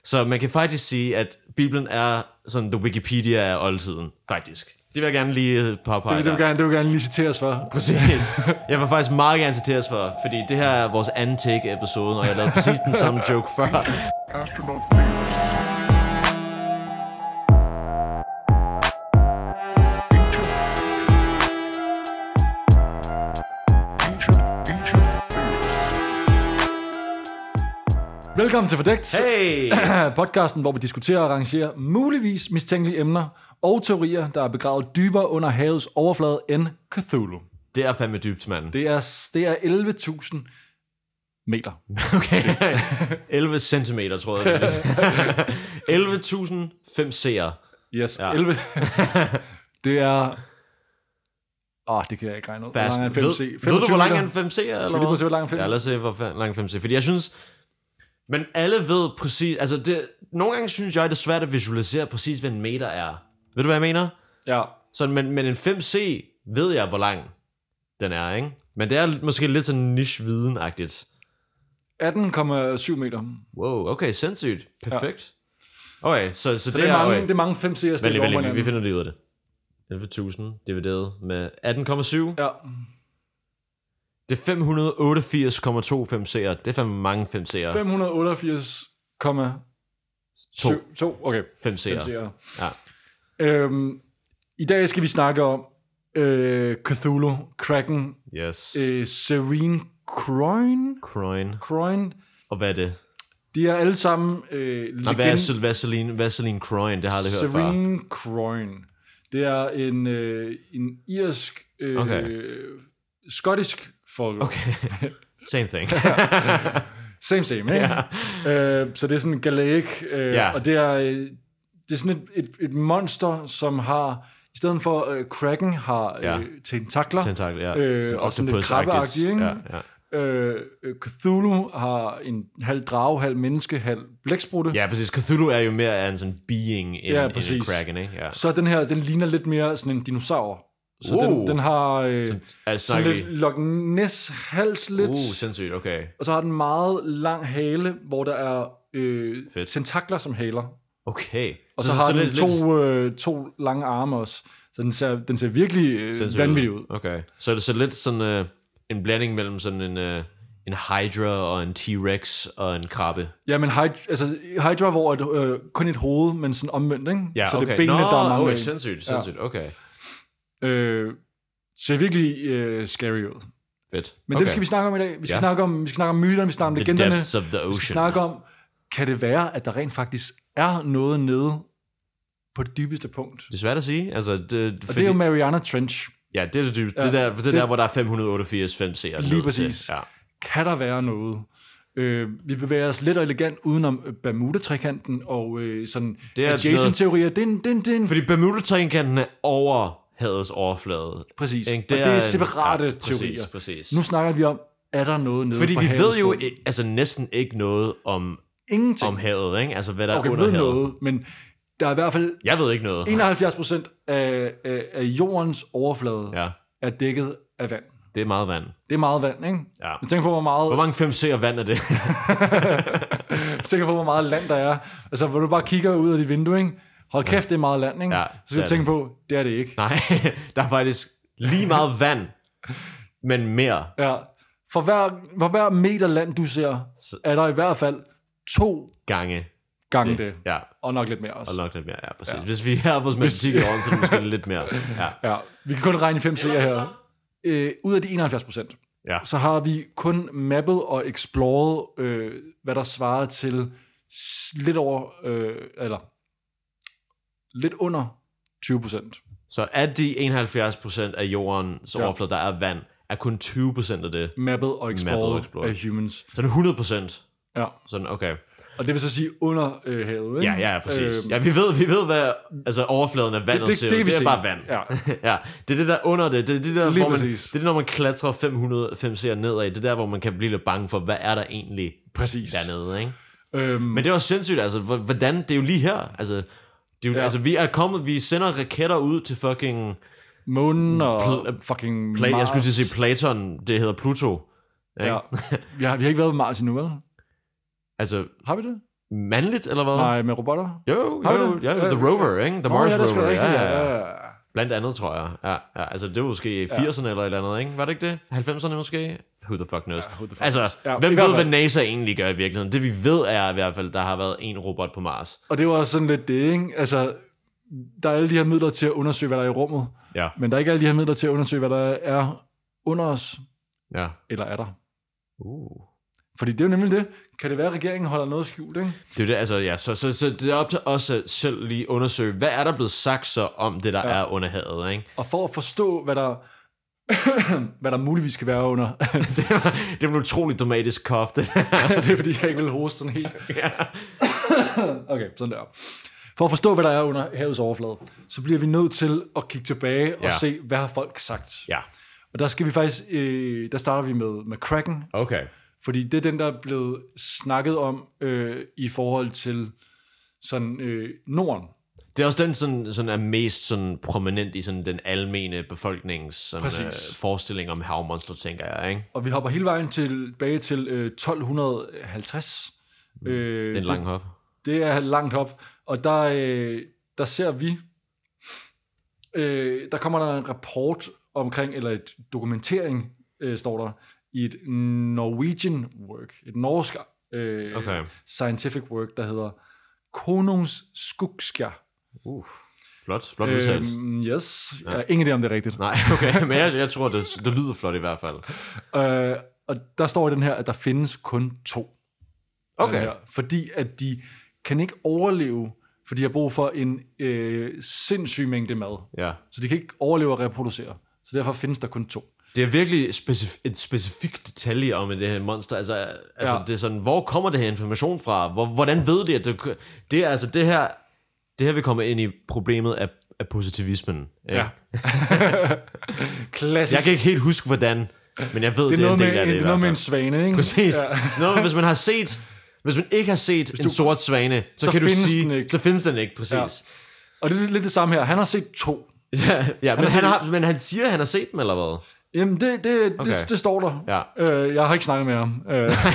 Så man kan faktisk sige, at Bibelen er sådan the Wikipedia af oldtiden, faktisk. Det vil jeg gerne lige påpege. Det vil gerne lige citeres for. Præcis. Jeg vil faktisk meget gerne citeres for, fordi det her er vores anden take-episode, og jeg lavede præcis den samme joke før. Astronaut theorists. Velkommen til Fordækt. Hey! Podcasten, hvor vi diskuterer og arrangerer muligvis mistænkelige emner og teorier, der er begravet dybere under havets overflade end Cthulhu. Det er fandme dybt, mand. Det er 11.000 meter. Okay. 11 centimeter, tror jeg. 11.005 seere. Yes, Ja. 11. Det er... det kan jeg ikke regne ud. Fast. Hvor lang er 5C? Ved du, hvor lang en 5 seere? Skal vi lige prøve at se, hvor lang en 5? Ja, lad os se, hvor lang 5 seere. Fordi jeg synes... Men alle ved præcis... Altså, nogle gange synes jeg, det er svært at visualisere præcis, hvad en meter er. Ved du, hvad jeg mener? Ja. Så, men en 5C ved jeg, hvor lang den er, ikke? Men det er måske lidt sådan niche-viden-agtigt. 18,7 meter. Wow, okay, sindssygt. Perfekt. Okay, så det er mange, det er mange 5C'er stillet over hinanden. Vi finder det ud af det. 11.000 divideret med 18,7. Ja. Det er 588,25 C'er. Det er fandme mange 5 C'er. 588,2. Okay. 5 C'er. Ja. I dag skal vi snakke om Cthulhu, Kraken, Yes. Serene Croyne. Og hvad er det? De er alle sammen Hvad er Vaseline Croyne? Det har jeg aldrig hørt før. Serene Croyne. Det er en irsk, skottisk folk. Okay. Same thing. Same, ikke? Yeah. Så det er sådan en galæk, og det er sådan et monster, som har, i stedet for Kraken, har tentakler. Og sådan lidt krabbeagtigt, ikke? Ja. Cthulhu har en halv drage, halv menneske, halv blæksprutte. Ja, præcis. Cthulhu er jo mere af en sådan being end en Kraken, ikke? Ja. Så den her, den ligner lidt mere sådan en dinosaur. Så den har sådan lidt Loch Ness hals lidt. Sindssygt, okay. Og så har den meget lang hale, hvor der er tentakler som haler. Okay. Og så har den to lange arme også. Så den ser virkelig vanvittig ud. Okay. Så det ser lidt sådan en blanding mellem sådan en Hydra og en T-Rex og en krabbe. Ja, men Hydra, hvor kun et hoved, men sådan omvendt, ikke? Ja, så okay. det er benene, der er mange af. Sindssygt, okay. Ser virkelig scary ud. Fedt. Men det skal vi snakke om i dag. Vi skal snakke om myterne, vi snakker om legenderne. The depths of the ocean. Vi skal snakke om, kan det være, at der rent faktisk er noget nede på det dybeste punkt? Det er svært at sige. Altså, det er jo Mariana Trench. Ja, det er det dybeste. Det er der, hvor der er 588 5C'er. Lige præcis. Ja. Kan der være noget? Vi bevæger os lidt og elegant udenom Bermuda-trekanten og sådan adjacent-teorier. Fordi Bermuda-trekanten er over havets overflade. Præcis, og det er separate teorier. Præcis. Nu snakker vi om, er der noget nede fordi på vi havets ved jo næsten ikke noget om havet, ikke? Altså hvad der er under havet. Noget, men der er i hvert fald... Jeg ved ikke noget. 71% af jordens overflade er dækket af vand. Det er meget vand. Det er meget vand, ikke? Ja. Jeg tænker på, hvor mange 5 C'er vand er det? Tænker på, hvor meget land der er. Altså, hvor du bare kigger ud af dit vindue, ikke? Hold kæft, det er meget land, ikke? Ja, så skal du tænke på, det er det ikke. Nej, der er faktisk lige meget vand, men mere. Ja. For hver meter land, du ser, er der i hvert fald 2 gange det. Ja. Og nok lidt mere også. Ja, præcis. Ja. Hvis vi har vores matematik i orden, så er det måske lidt mere. Ja. Vi kan kun regne 5 C'er her. Ud af de 71%, så har vi kun mappet og exploret, hvad der svarer til lidt over, eller lidt under 20%. Så af de 71% af jordens overflade, der er vand, er kun 20% af det mappet og exploret af humans. Så det er 100%. Ja. Sådan, okay. Og det vil så sige under havet, ikke? Ja, præcis. Vi ved hvad overfladen af vandet ser ud. Det er bare vand. Ja. Det er det der under det. Det er det der, det er når man klatrer 505 C'er nedad. Det er der, hvor man kan blive lidt bange for, hvad er der egentlig dernede, ikke? Men det er også sindssygt, altså, hvordan, det er jo lige her. Altså, det er jo, altså vi sender raketter ud til fucking månen og fucking Mars. Jeg skulle til at sige Platon, det hedder Pluto. Ja. Vi har ikke været på Mars endnu, vel? Altså, har vi det? mandligt, eller hvad? Nej, med robotter? Jo, The Rover, ikke? The Mars Rover. Ja. Blandt andet, tror jeg. Ja, altså det var måske 80'erne eller et eller andet, ikke? Var det ikke det? 90'erne måske? Who the fuck knows? Altså, hvem ved, hvad NASA egentlig gør i virkeligheden? Det vi ved er i hvert fald, der har været en robot på Mars. Og det var også sådan lidt det, ikke? Altså, der er alle de her midler til at undersøge, hvad der er i rummet. Ja. Men der er ikke alle de her midler til at undersøge, hvad der er under os. Ja. Eller er der? Fordi det er jo nemlig det. Kan det være, at regeringen holder noget skjult, ikke? Det er det, altså, ja. Så det er op til os at selv lige undersøge, hvad er der blevet sagt så om det, der er under havet, ikke? Og for at forstå, hvad der muligvis skal være under. det var en utrolig dramatisk cough, det der. Det er, fordi jeg ikke vil hoste sådan helt. Ja. Okay, sådan der. For at forstå, hvad der er under havets overflade, så bliver vi nødt til at kigge tilbage og se, hvad har folk sagt. Ja. Og der skal vi faktisk, der starter vi med Kraken. Okay. Fordi det er den, der er blevet snakket om i forhold til sådan Norden. Det er også den, sådan er mest sådan prominent i sådan den almene befolknings sådan, forestilling om havmonster, tænker jeg, ikke? Og vi hopper hele vejen tilbage til 1250. Det er en lang hop. Det er et langt hop. Og der ser vi, der kommer der en rapport omkring, eller et dokumentering, står der, i et Norwegian work, et norsk scientific work, der hedder Konungsskugskja. Flot udtalt. Yes, jeg har ingen idé om det er rigtigt. Nej, okay, men jeg tror, det lyder flot i hvert fald. Og der står i den her, at der findes kun 2. Okay. Her, fordi at de kan ikke overleve, for de har brug for en sindssyg mængde mad. Ja. Så de kan ikke overleve og reproducere. Så derfor findes der kun 2. Det er virkelig et specifikt detalje om det her monster. Altså det er sådan, hvor kommer det her information fra? Hvordan ved de, at det er altså det her vil komme ind i problemet af positivismen. Ja. Klassisk. Jeg kan ikke helt huske, hvordan, men jeg ved, det er en del af det. Det er noget med en svane, ikke? Præcis. Ja. Hvis man ikke har set en sort svane, så kan du sige, så findes den ikke, præcis. Ja. Og det er lidt det samme her. Han har set 2. Ja, men han siger, at han har set dem, eller hvad? Jamen, det står der. Ja. Jeg har ikke snakket med ham.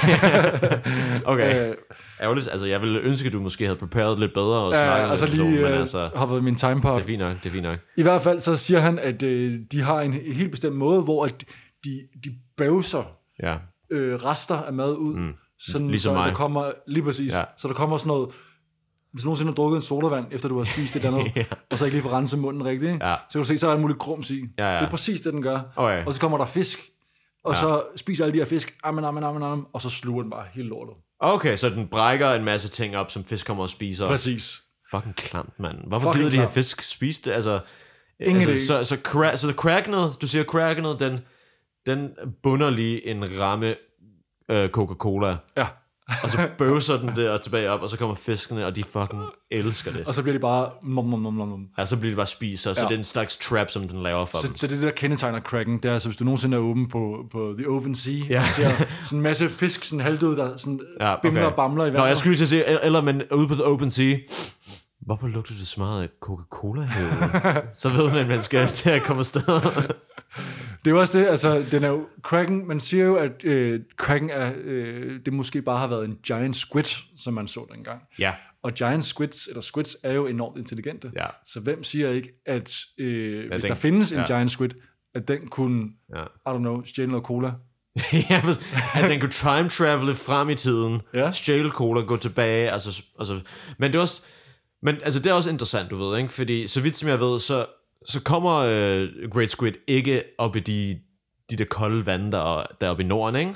Okay. Ærgerligt. Altså, jeg ville ønske, at du måske havde prepared lidt bedre og snakket altså lige har været min timepart. Det er fint nok. I hvert fald så siger han, at de har en helt bestemt måde, hvor de bøvser rester af mad ud. Sådan, ligesom så der kommer, lige præcis, så der kommer sådan noget. Hvis du nogensinde har drukket en sodavand, efter du har spist det dernede, og så ikke lige får renset munden rigtigt, så kan du se, så er der en mulig grums i. Det er præcis det, den gør. Okay. Og så kommer der fisk, og så spiser alle de her fisk, og så sluger den bare helt lortet. Okay, så den brækker en masse ting op, som fisk kommer og spiser. Præcis. Fucking klamt, mand. Hvorfor gider de her fisk spise det? Altså, ingen idé. Så Krakenet, du siger Krakenet, den bunder lige en ramme Coca-Cola. Ja. Og så bøvser den der og tilbage op, og så kommer fiskene, og de fucking elsker det. Og så bliver de bare... Ja, så bliver de bare spiser, så det er en slags trap, som den laver for dem. Så det der kendetegner Kraken, det er altså, hvis du nogensinde er åben på The Open Sea, og ser sådan en masse fisk, sådan halvdød, der sådan bimler og bamler i vandet. Nå, jeg skulle lige til at sige, eller men ude på The Open Sea, hvorfor lugter det så meget af Coca-Cola her? Så ved man, man skal til at komme afsted. Det er jo også det, altså, den er jo Kraken, man siger jo, at Kraken er, det måske bare har været en giant squid, som man så dengang. Ja. Og giant squids er jo enormt intelligente. Ja. Så hvem siger ikke, at hvis der findes en giant squid, at den kunne, I don't know, stjæle noget cola? Ja, at den kunne time travele frem i tiden, stjæle cola, gå tilbage, altså, men det er også, det er også interessant, du ved, ikke? Fordi så vidt som jeg ved, så kommer Great Squid ikke op i de der kolde vande deroppe i Norden, ikke?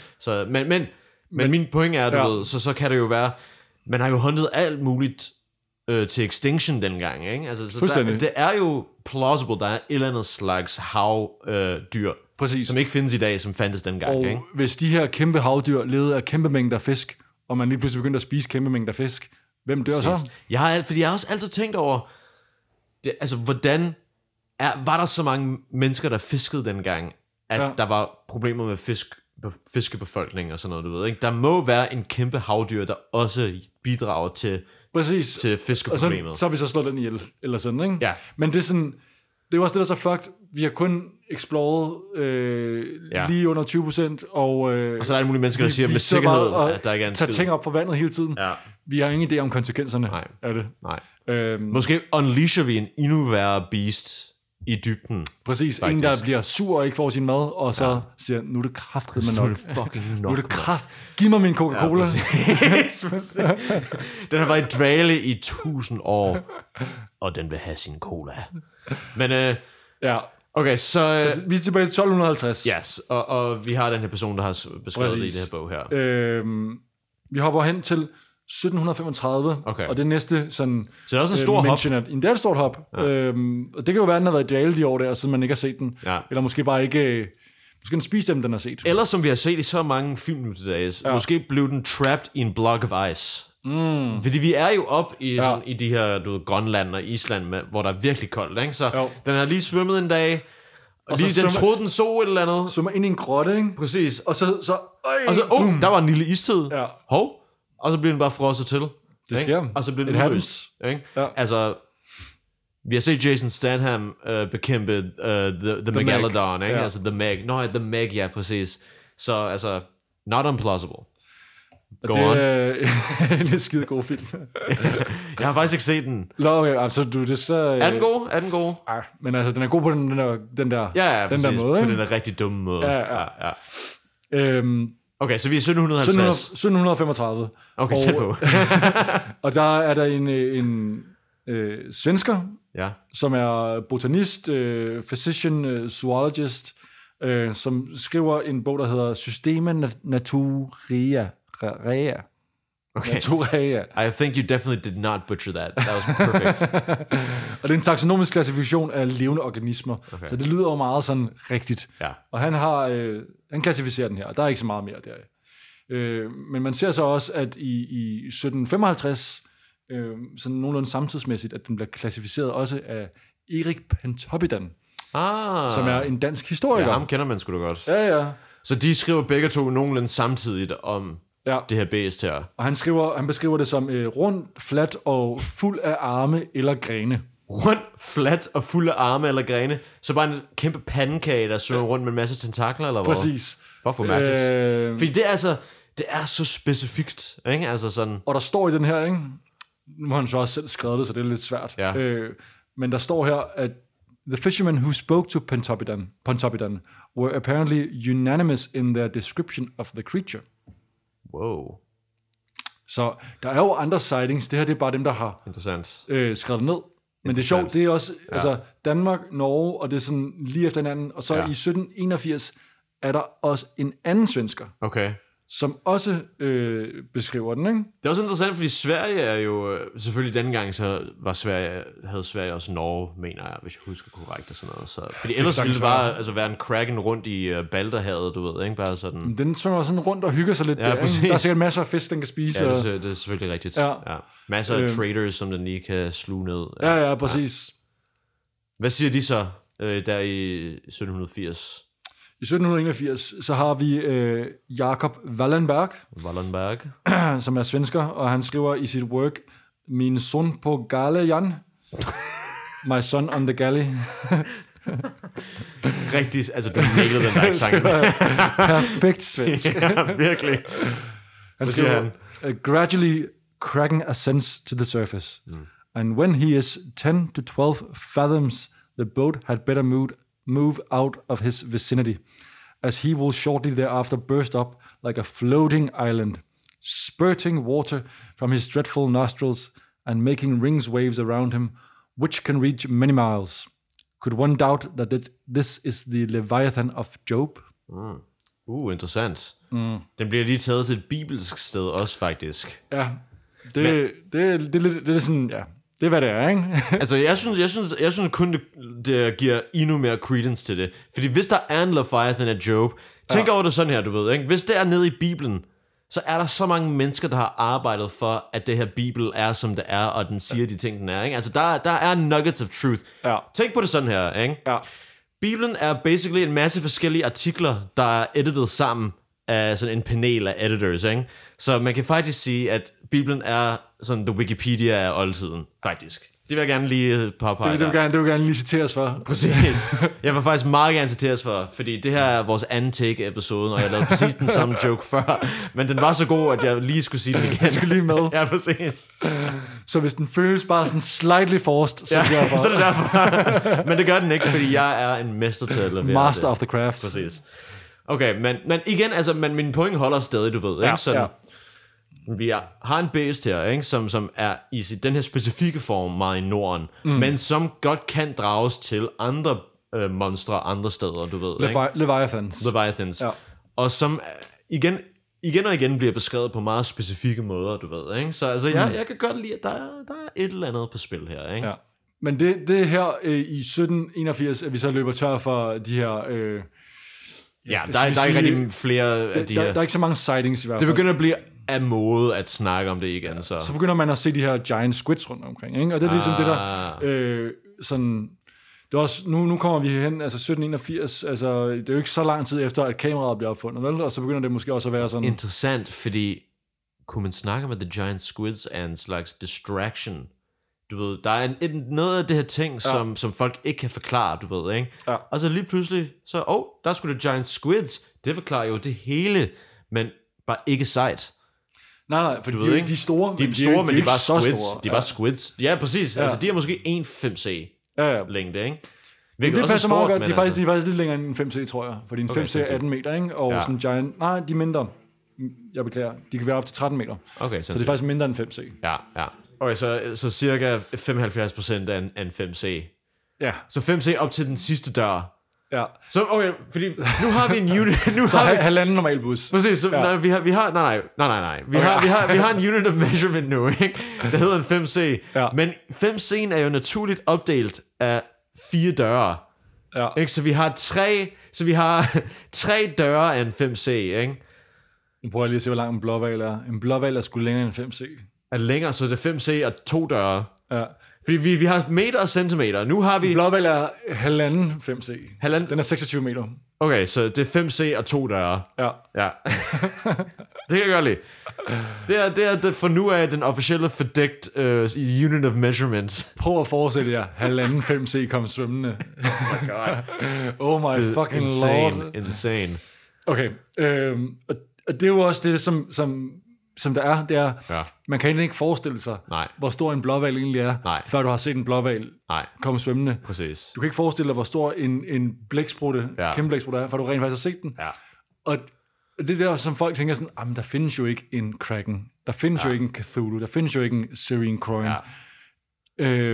Men min pointe er, du ved, så kan det jo være, man har jo hundet alt muligt til extinction dengang, ikke? Altså, så det er jo plausible, der er et eller andet slags havdyr, som ikke findes i dag, som fandtes dengang, og ikke? Hvis de her kæmpe havdyr levede af kæmpe mængder fisk, og man lige pludselig begyndte at spise kæmpe mængder fisk, hvem dør så? Fordi jeg har også altid tænkt over, altså, hvordan var der så mange mennesker, der fiskede dengang, at der var problemer med fiskebefolkning og sådan noget, du ved, ikke? Der må være en kæmpe havdyr, der også bidrager til fiskeproblemet. Og så har vi så slået den ihjel, eller sådan, ikke? Ja. Men det er sådan, det er også det, der er så fucked. Vi har kun exploret lige under 20%, og så er der en mulig mennesker, der siger med sikkerhed, at der ikke er en skid. Tager ting op fra vandet hele tiden. Ja. Vi har ingen idé om konsekvenserne af det. Nej. Måske unleasher vi en endnu værre beast i dybden. Præcis, faktisk. En der bliver sur og ikke får sin mad, og så siger, nu er det kraftedeme nok. Nu er det kraft. Giv mig min Coca-Cola. Ja, den har været i dvale i 1000 år, og den vil have sin cola. Men okay, så vi er tilbage til 1250. Yes, og vi har den her person, der har beskrevet det i det her bog her. Vi hopper hen til 1735, og det næste sådan... Så det er også en stor hop. Det er et stort hop. Ja. Og det kan jo være, at den har været i dvale de år der, siden man ikke har set den. Ja. Eller måske bare ikke... Måske den spiste dem, den har set. Eller som vi har set i så mange film nu til dags. Ja. Måske blev den trapped i en block of ice. Fordi vi er jo op i, sådan, i de her Grønland og Island, hvor der er virkelig koldt. Ikke? Så den har lige svømmet en dag... Og lige den troede den så et eller andet. Så man ind i en grotte, ikke? Præcis. Og så der var en lille istid. Ja. Hov. Og så bliver den bare frosset til. Det sker. Og så bliver den løs. Ja. Altså, vi har set Jason Statham bekæmpe The Megalodon, ikke? Ja. Altså The Meg. The Meg, ja, præcis. Så altså, not implausible. Go on. Det er en lidt skide god film. Jeg har faktisk ikke set den. Okay, altså, det så... Er den god? Er den god? Ej, men altså, den er god på den der, den der måde, på den der rigtig dumme måde. Ja. Okay, så vi er 1750. 1735. Okay, tæt på. Og der er der en svensker, som er botanist, physician, zoologist, som skriver en bog, der hedder Systema Naturae. Okay. I think you definitely did not butcher that. That was perfect. Og det er en taksonomisk klassifikation af levende organismer. Okay. Så det lyder jo meget sådan rigtigt. Ja. Og han klassificerer den her, og der er ikke så meget mere der. Men man ser så også, at i 1755, sådan nogenlunde samtidsmæssigt, at den bliver klassificeret også af Erik Pontoppidan, som er en dansk historiker. Ja, ham kender man sgu da godt. Ja. Så de skriver begge to nogenlunde samtidigt om det her bæst her. Og han beskriver det som rundt, fladt og fuld af arme eller grene. Rundt, fladt og fuld af arme eller grene? Så bare en kæmpe pandekage, der søger rundt med en masse tentakler, eller hvad? Præcis. For mærkeligt. Fordi det er så specifikt, ikke? Altså sådan... Og der står i den her, ikke? Nu har han så også selv skrevet det, så det er lidt svært. Ja. Men der står her, at the fishermen who spoke to Pontoppidan were apparently unanimous in their description of the creature. Wow. Så der er jo andre sightings. Det her, det er bare dem, der har skrevet ned. Men det er sjovt, det er også altså Danmark, Norge, og det er sådan lige efter hinanden. Og så i 1781 er der også en anden svensker. Okay. Som også beskriver den, ikke? Det er også interessant, fordi Sverige er jo... Selvfølgelig denne gang, så havde Sverige også Norge, mener jeg, hvis jeg husker korrekt og sådan noget. Så, fordi ellers ville det bare være en kraken rundt i Balterhavet, du ved, ikke? Bare sådan... Den svinger sådan rundt og hygger sig lidt. Der, ikke? Der er sikkert masser af fisk, den kan spise. Ja, det er selvfølgelig rigtigt. Ja. Masser af traders, som den lige kan sluge ned. Ja, præcis. Hvad siger de så der i 1780? I 1781, så har vi Jakob Wallenberg, som er svensker, og han skriver i sit work, Min son på Galejan, My son on the galley. Rigtigt, altså du nailede den der sang. Perfekt svensk. Ja, virkelig. Han skriver, gradually Kraken ascends to the surface, and when he is 10 to 12 fathoms, the boat had better move out of his vicinity, as he will shortly thereafter burst up like a floating island, spurting water from his dreadful nostrils and making rings waves around him, which can reach many miles. Could one doubt that this is the Leviathan of Job? Interessant. Den bliver lige taget til et bibelsk sted også, faktisk. Ja, det er sådan, ja. Det er, hvad det er, ikke? Altså, jeg synes kun, det giver endnu mere credence til det. Fordi hvis der er en Leviathan af Job, tænk over det sådan her, du ved, ikke? Hvis det er nede i Bibelen, så er der så mange mennesker, der har arbejdet for, at det her Bibel er, som det er, og den siger de ting, den er, ikke? Altså, der er nuggets of truth. Ja. Tænk på det sådan her, ikke? Ja. Bibelen er basically en masse forskellige artikler, der er editet sammen af sådan en panel af editors, ikke? Så man kan faktisk sige, at Bibelen er sådan the Wikipedia af oldtiden, faktisk. vil jeg gerne lige påpege. Det vil gerne lige citeres for. Præcis. Jeg vil faktisk meget gerne citeres for, fordi det her er vores anden take-episode, og jeg lavede præcis den samme joke før, men den var så god, at jeg lige skulle sige den igen. Jeg skulle lige med. Ja, præcis. Så hvis den føles bare sådan slightly forced, så er det derfor. Så er det derfor. Men det gør den ikke, fordi jeg er en mester til at levere Master of the craft. Præcis. Okay, men igen, altså, min point holder stadig, du ved, ikke? Sådan, vi har en base her, ikke? Som er i den her specifikke form meget i Norden, men som godt kan drages til andre monstre andre steder, du ved. Leviathans. Ja. Og som igen og igen bliver beskrevet på meget specifikke måder, du ved. Ikke? Så altså, jeg kan godt lide, at der er et eller andet på spil her. Ikke? Ja. Men det er her i 1781, at vi så løber tør for de her... der er ikke rigtig flere af de her... Der er ikke så mange sightings i hvert fald. Det begynder at blive af mode at snakke om det igen. Så begynder man at se de her giant squids rundt omkring. Ikke? Og det er ligesom det der... sådan... Det er også, nu kommer vi hen, altså 1781, altså det er jo ikke så lang tid efter, at kameraet bliver opfundet, vel? Og så begynder det måske også at være sådan... Interessant, fordi kunne man snakke om, at The Giant Squids er en slags distraction? Du ved, der er noget af det her ting, som folk ikke kan forklare, du ved, ikke? Ja. Og så lige pludselig, der skulle The Giant Squids, det forklarer jo det hele, men bare ikke sejt. Nej, for de er store, de er store, men de er bare så squids. store. De er bare squids. Ja, præcis. Ja. Altså, de er måske 1,5C. længde, ikke? Det passer meget godt. De er faktisk lidt længere end en 5C, tror jeg. Fordi en 5C er 18 meter, ikke? Og sådan en giant... Nej, de er mindre. Jeg beklager. De kan være op til 13 meter. Okay, så det er faktisk mindre end 5C. Ja. Okay, så cirka 75% af en 5C. Ja. Så 5C op til den sidste dør. Ja. Så okay, fordi nu har vi en unit. Så halvanden normal bus. Præcis. Så, nej. Vi har en unit of measurement nu, ikke? Der hedder en 5C. Ja. Men 5C'en er jo naturligt opdelt af 4 døre. Ja. Ikke? Så vi har 3 døre af en 5C, ikke? Nu prøver jeg lige at se, hvor lang en blåhval er. En blåhval er sgu længere end en 5C. Er længere, så det er 5C og 2 døre. Ja. Fordi vi har meter og centimeter. Nu har vi... En blåhval er halvanden 5C. Den er 26 meter. Okay, så det er 5C og 2 døre. Ja. Det kan jeg godt lide. Det er for nu af den officielle fordækt unit of measurement. Prøv at forestille jer, halvanden 5C kom svømmende. Oh my god. Oh my fucking lord. Insane. Okay, og det er jo også det, som der er, det er, man kan egentlig ikke forestille sig, hvor stor en blåhval egentlig er, før du har set en blåhval komme svømmende. Præcis. Du kan ikke forestille dig, hvor stor en blæksprutte, kæmpe blæksprutte er, før du rent faktisk har set den. Ja. Og det der, som folk tænker sådan, jamen der findes jo ikke en Kraken, der findes jo ikke en Cthulhu, der findes jo ikke en Syrian Croin. Ja.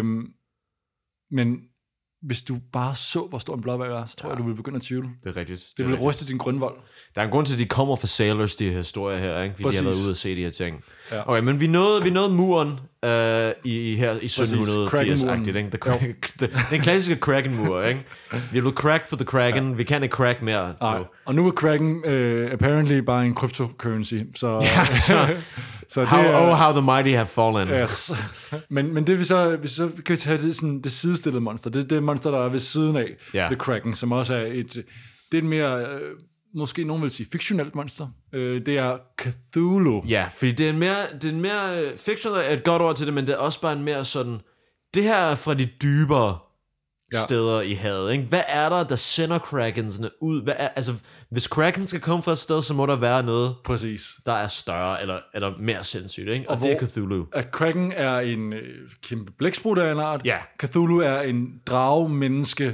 Men hvis du bare så, hvor stor en blåhval er, så tror jeg, du vil begynde at tvivle. Det er rigtigt. Det vil ryste din grundvold. Der er en grund til, at de kommer fra Sailors, de her historier her, ikke? Fordi de har været ude at se de her ting. Ja. Okay, men vi nåede muren her i 1780-agtigt, ikke? Den klassiske Kraken-mur, ikke? Vi er blevet cracked på The Kraken. Ja. Vi kan ikke crack mere. Og nu er Kraken apparently bare en cryptocurrency. Så, så how the mighty have fallen. Yes. Men det vi så kan vi tage det sidestillede monster. Det er det monster, der er ved siden af The Kraken, som også er det er et mere... måske nogen vil sige fiktionelt monster. Det er Cthulhu. Ja, fordi det er en mere fiktionelt er et godt ord til det, men det er også bare en mere sådan, det her er fra de dybere steder i havet, ikke? Hvad er der sender Krakensene ud? Altså, hvis Kraken skal komme fra et sted, så må der være noget, der er større eller mere sindssygt, ikke? Og det er Cthulhu. Kraken er en kæmpe blæksprutte af en art. Ja. Cthulhu er en drage-menneske.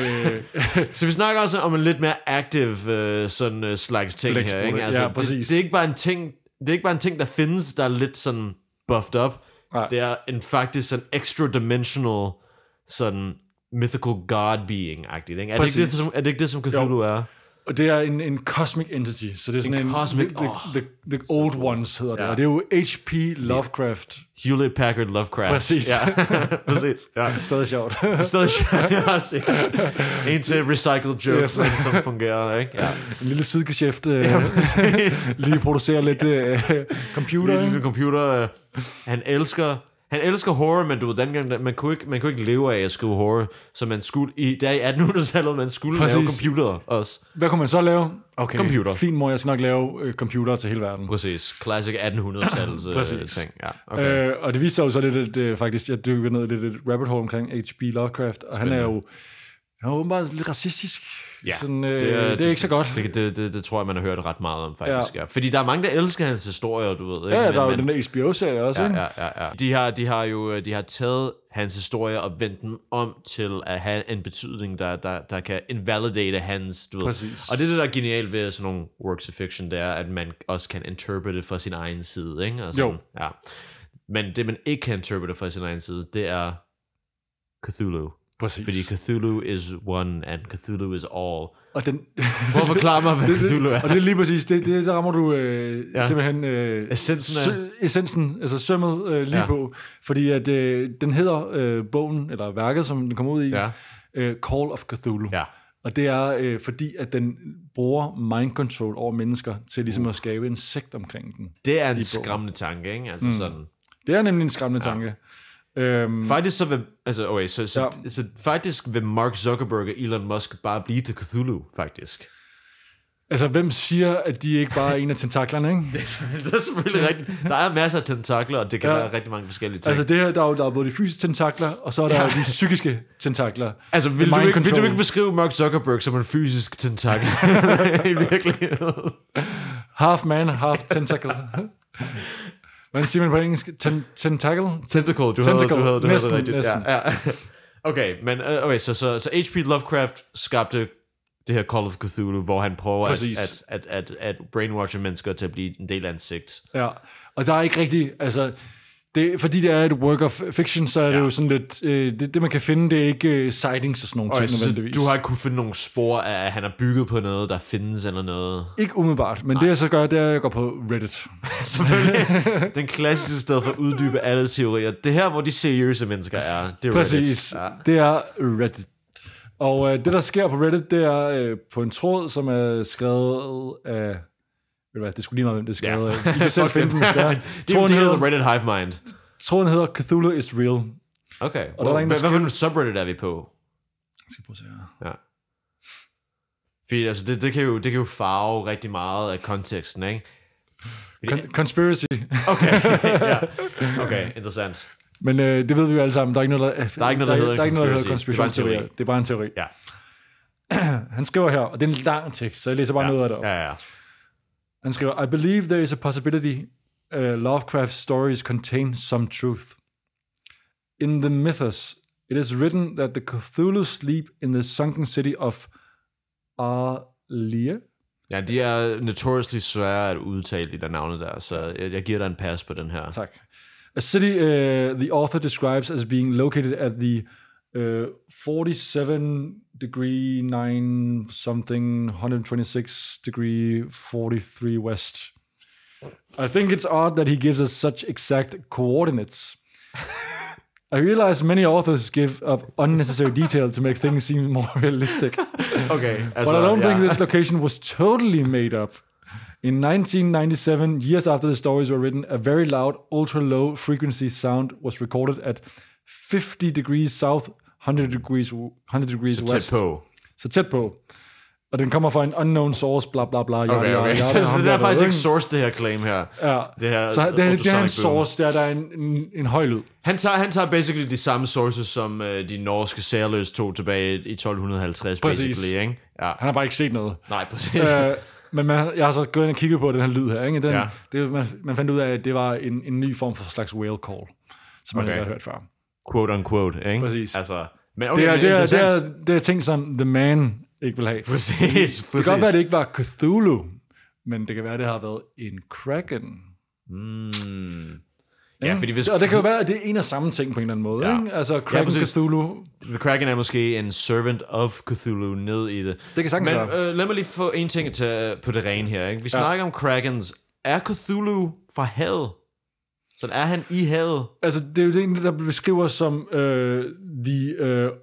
Så vi snakker også om en lidt mere aktiv sådan slags ting her, ikke? Altså, præcis. Det er ikke bare en ting, der findes, der er lidt sådan buffed up. Nej. Det er faktisk sådan extra dimensional sådan mythical god being-agtigt, ikke? Er det ikke det, som Cthulhu er? Og det er en cosmic entity, så det er sådan the old ones hedder det, og det er jo H.P. Lovecraft. Hewlett Packard Lovecraft. Præcis. Ja. Præcis. Ja. Stadig sjovt. En til recycled jokes, som fungerer, ikke? Ja. En lille sidegeschæft, lige producerer lidt computer. Lille computer. Han elsker Han elsker horror, men du ved, dengang, man kunne ikke leve af at skrive horror, så man skulle, der i 1800-tallet, man skulle lave computer også. Hvad kunne man så lave? Okay, computer. Fint, mor, jeg skal nok lave computer til hele verden. Præcis, classic 1800-tallets ting. Ja, okay. Og det viste sig jo så lidt, faktisk, jeg dykker ned i lidt rabbit hole omkring H.P. Lovecraft, og han er jo åbenbart lidt racistisk. Ja, sådan, det er ikke så godt. Det tror jeg, man har hørt ret meget om, faktisk. Ja. Fordi der er mange, der elsker hans historier, du ved. Ikke? Ja, der er jo den der HBO-serie også. Ja. De har taget hans historie og vendt den om til at have en betydning, der kan invalidate hans, du ved. Præcis. Og det der er genialt ved sådan nogle works of fiction, det er, at man også kan interprete fra sin egen side, ikke? Og sådan, ja. Men det, man ikke kan interprete fra sin egen side, det er Cthulhu. Præcis. Fordi Cthulhu is one, and Cthulhu is all. Og den... Hvor forklarer mig, hvad Cthulhu er? Og det er lige præcis, der rammer du simpelthen... Essensen, altså sømmet lige på. Fordi at den hedder bogen, eller værket, som den kommer ud i, Call of Cthulhu. Ja. Og det er fordi, at den bruger mind control over mennesker til ligesom at skabe en sekt omkring den. Det er en skræmmende tanke, ikke? Altså sådan... Det er nemlig en skræmmende tanke. Faktisk så vil så faktisk vil Mark Zuckerberg og Elon Musk bare blive til Cthulhu, faktisk. Altså, hvem siger, at de ikke bare er en af tentaklerne, ikke? det er selvfølgelig rigtigt. Der er masser af tentakler, og det kan være rigtig mange forskellige ting. Altså, det her, der er både de fysiske tentakler, og så er der de psykiske tentakler. Altså, vil du ikke beskrive Mark Zuckerberg som en fysisk tentakel? I virkeligheden. Half man, half tentacle. Hvordan siger man på engelsk? Tentacle? Tentacle, du havde det rigtigt. Ja. Okay, men så H.P. Lovecraft skabte det her Call of Cthulhu, hvor han prøver at brainwashe mennesker til at blive en del af en sekt. Ja, og der er ikke rigtig, altså, fordi det er et work of fiction, så er det jo sådan lidt, det man kan finde, det er ikke sightings og sådan nogle ting nødvendigvis. Du har ikke kunne finde nogle spor af, at han har bygget på noget, der findes eller noget? Ikke umiddelbart, men det jeg så gør, det er, at jeg går på Reddit. Selvfølgelig. Den klassiske sted for at uddybe alle teorier. Det her, hvor de seriøse mennesker er, det er Reddit. Præcis, det er Reddit. Og det, der sker på Reddit, det er på en tråd, som er skrevet af... Ved du hvad, det skulle lige meget, hvem det er skrevet af. I kan selv finde den, hvis det er. Tråden hedder Reddit Hive Mind. Tråden hedder Cthulhu is real. Okay. Og hvad for en subreddit er vi på? Jeg skal prøve at se her. Ja. Fordi altså, det kan jo farve rigtig meget af konteksten, ikke? Conspiracy. Okay, ja. Okay, interessant. Men det ved vi jo alle sammen. Der er ikke noget, der hedder konspirationsteorier. Det er bare en teori. Ja. Han skriver her, og det er en lang tekst, så jeg læser bare noget af det op. Ja. Han skriver, I believe there is a possibility Lovecraft's stories contain some truth. In the mythos, it is written that the Cthulhu sleep in the sunken city of Arlia. Ja, de er notoriously svære at udtale, de der navne der, så jeg giver dig en pass på den her. Tak. A city the author describes as being located at the 47 degree 9 something 126 degree 43 west. I think it's odd that he gives us such exact coordinates. I realize many authors give up unnecessary detail to make things seem more realistic. Okay, but I don't think this location was totally made up. In 1997, years after the stories were written, a very loud, ultra-low frequency sound was recorded at 50 degrees south, 100 degrees west. Så tæt på. Så tæt på. Og den kommer fra en unknown source, bla bla bla. Okay. Så det er faktisk ikke source, det her claim her. Ja. Det her, så det er en source, der er en høj lyd. Han tager basically de samme sources, som de norske særløs tog tilbage i 1250. Præcis. Ikke? Ja. Han har bare ikke set noget. Nej, præcis. Men jeg har så gået ind og kigget på den her lyd her. Ikke? Man fandt ud af, at det var en ny form for slags whale call, som man ikke har hørt før. Quote unquote, ikke? Præcis. Altså, men okay, det er ting, som The Man ikke vil have. Præcis. Det kan godt være, at det ikke var Cthulhu, men det kan være, at det har været en Kraken. Ja, fordi hvis... Og det kan jo være, at det er en af samme ting på en eller anden måde. Ikke? Altså Kraken, Cthulhu. The Kraken er måske en servant of Cthulhu ned i det. Det kan sagtens være. Lad mig lige få en ting på det rene her. Ikke? Vi snakker om Krakens. Er Cthulhu fra havet? Så er han i havet? Altså, det er jo det, der beskriver som the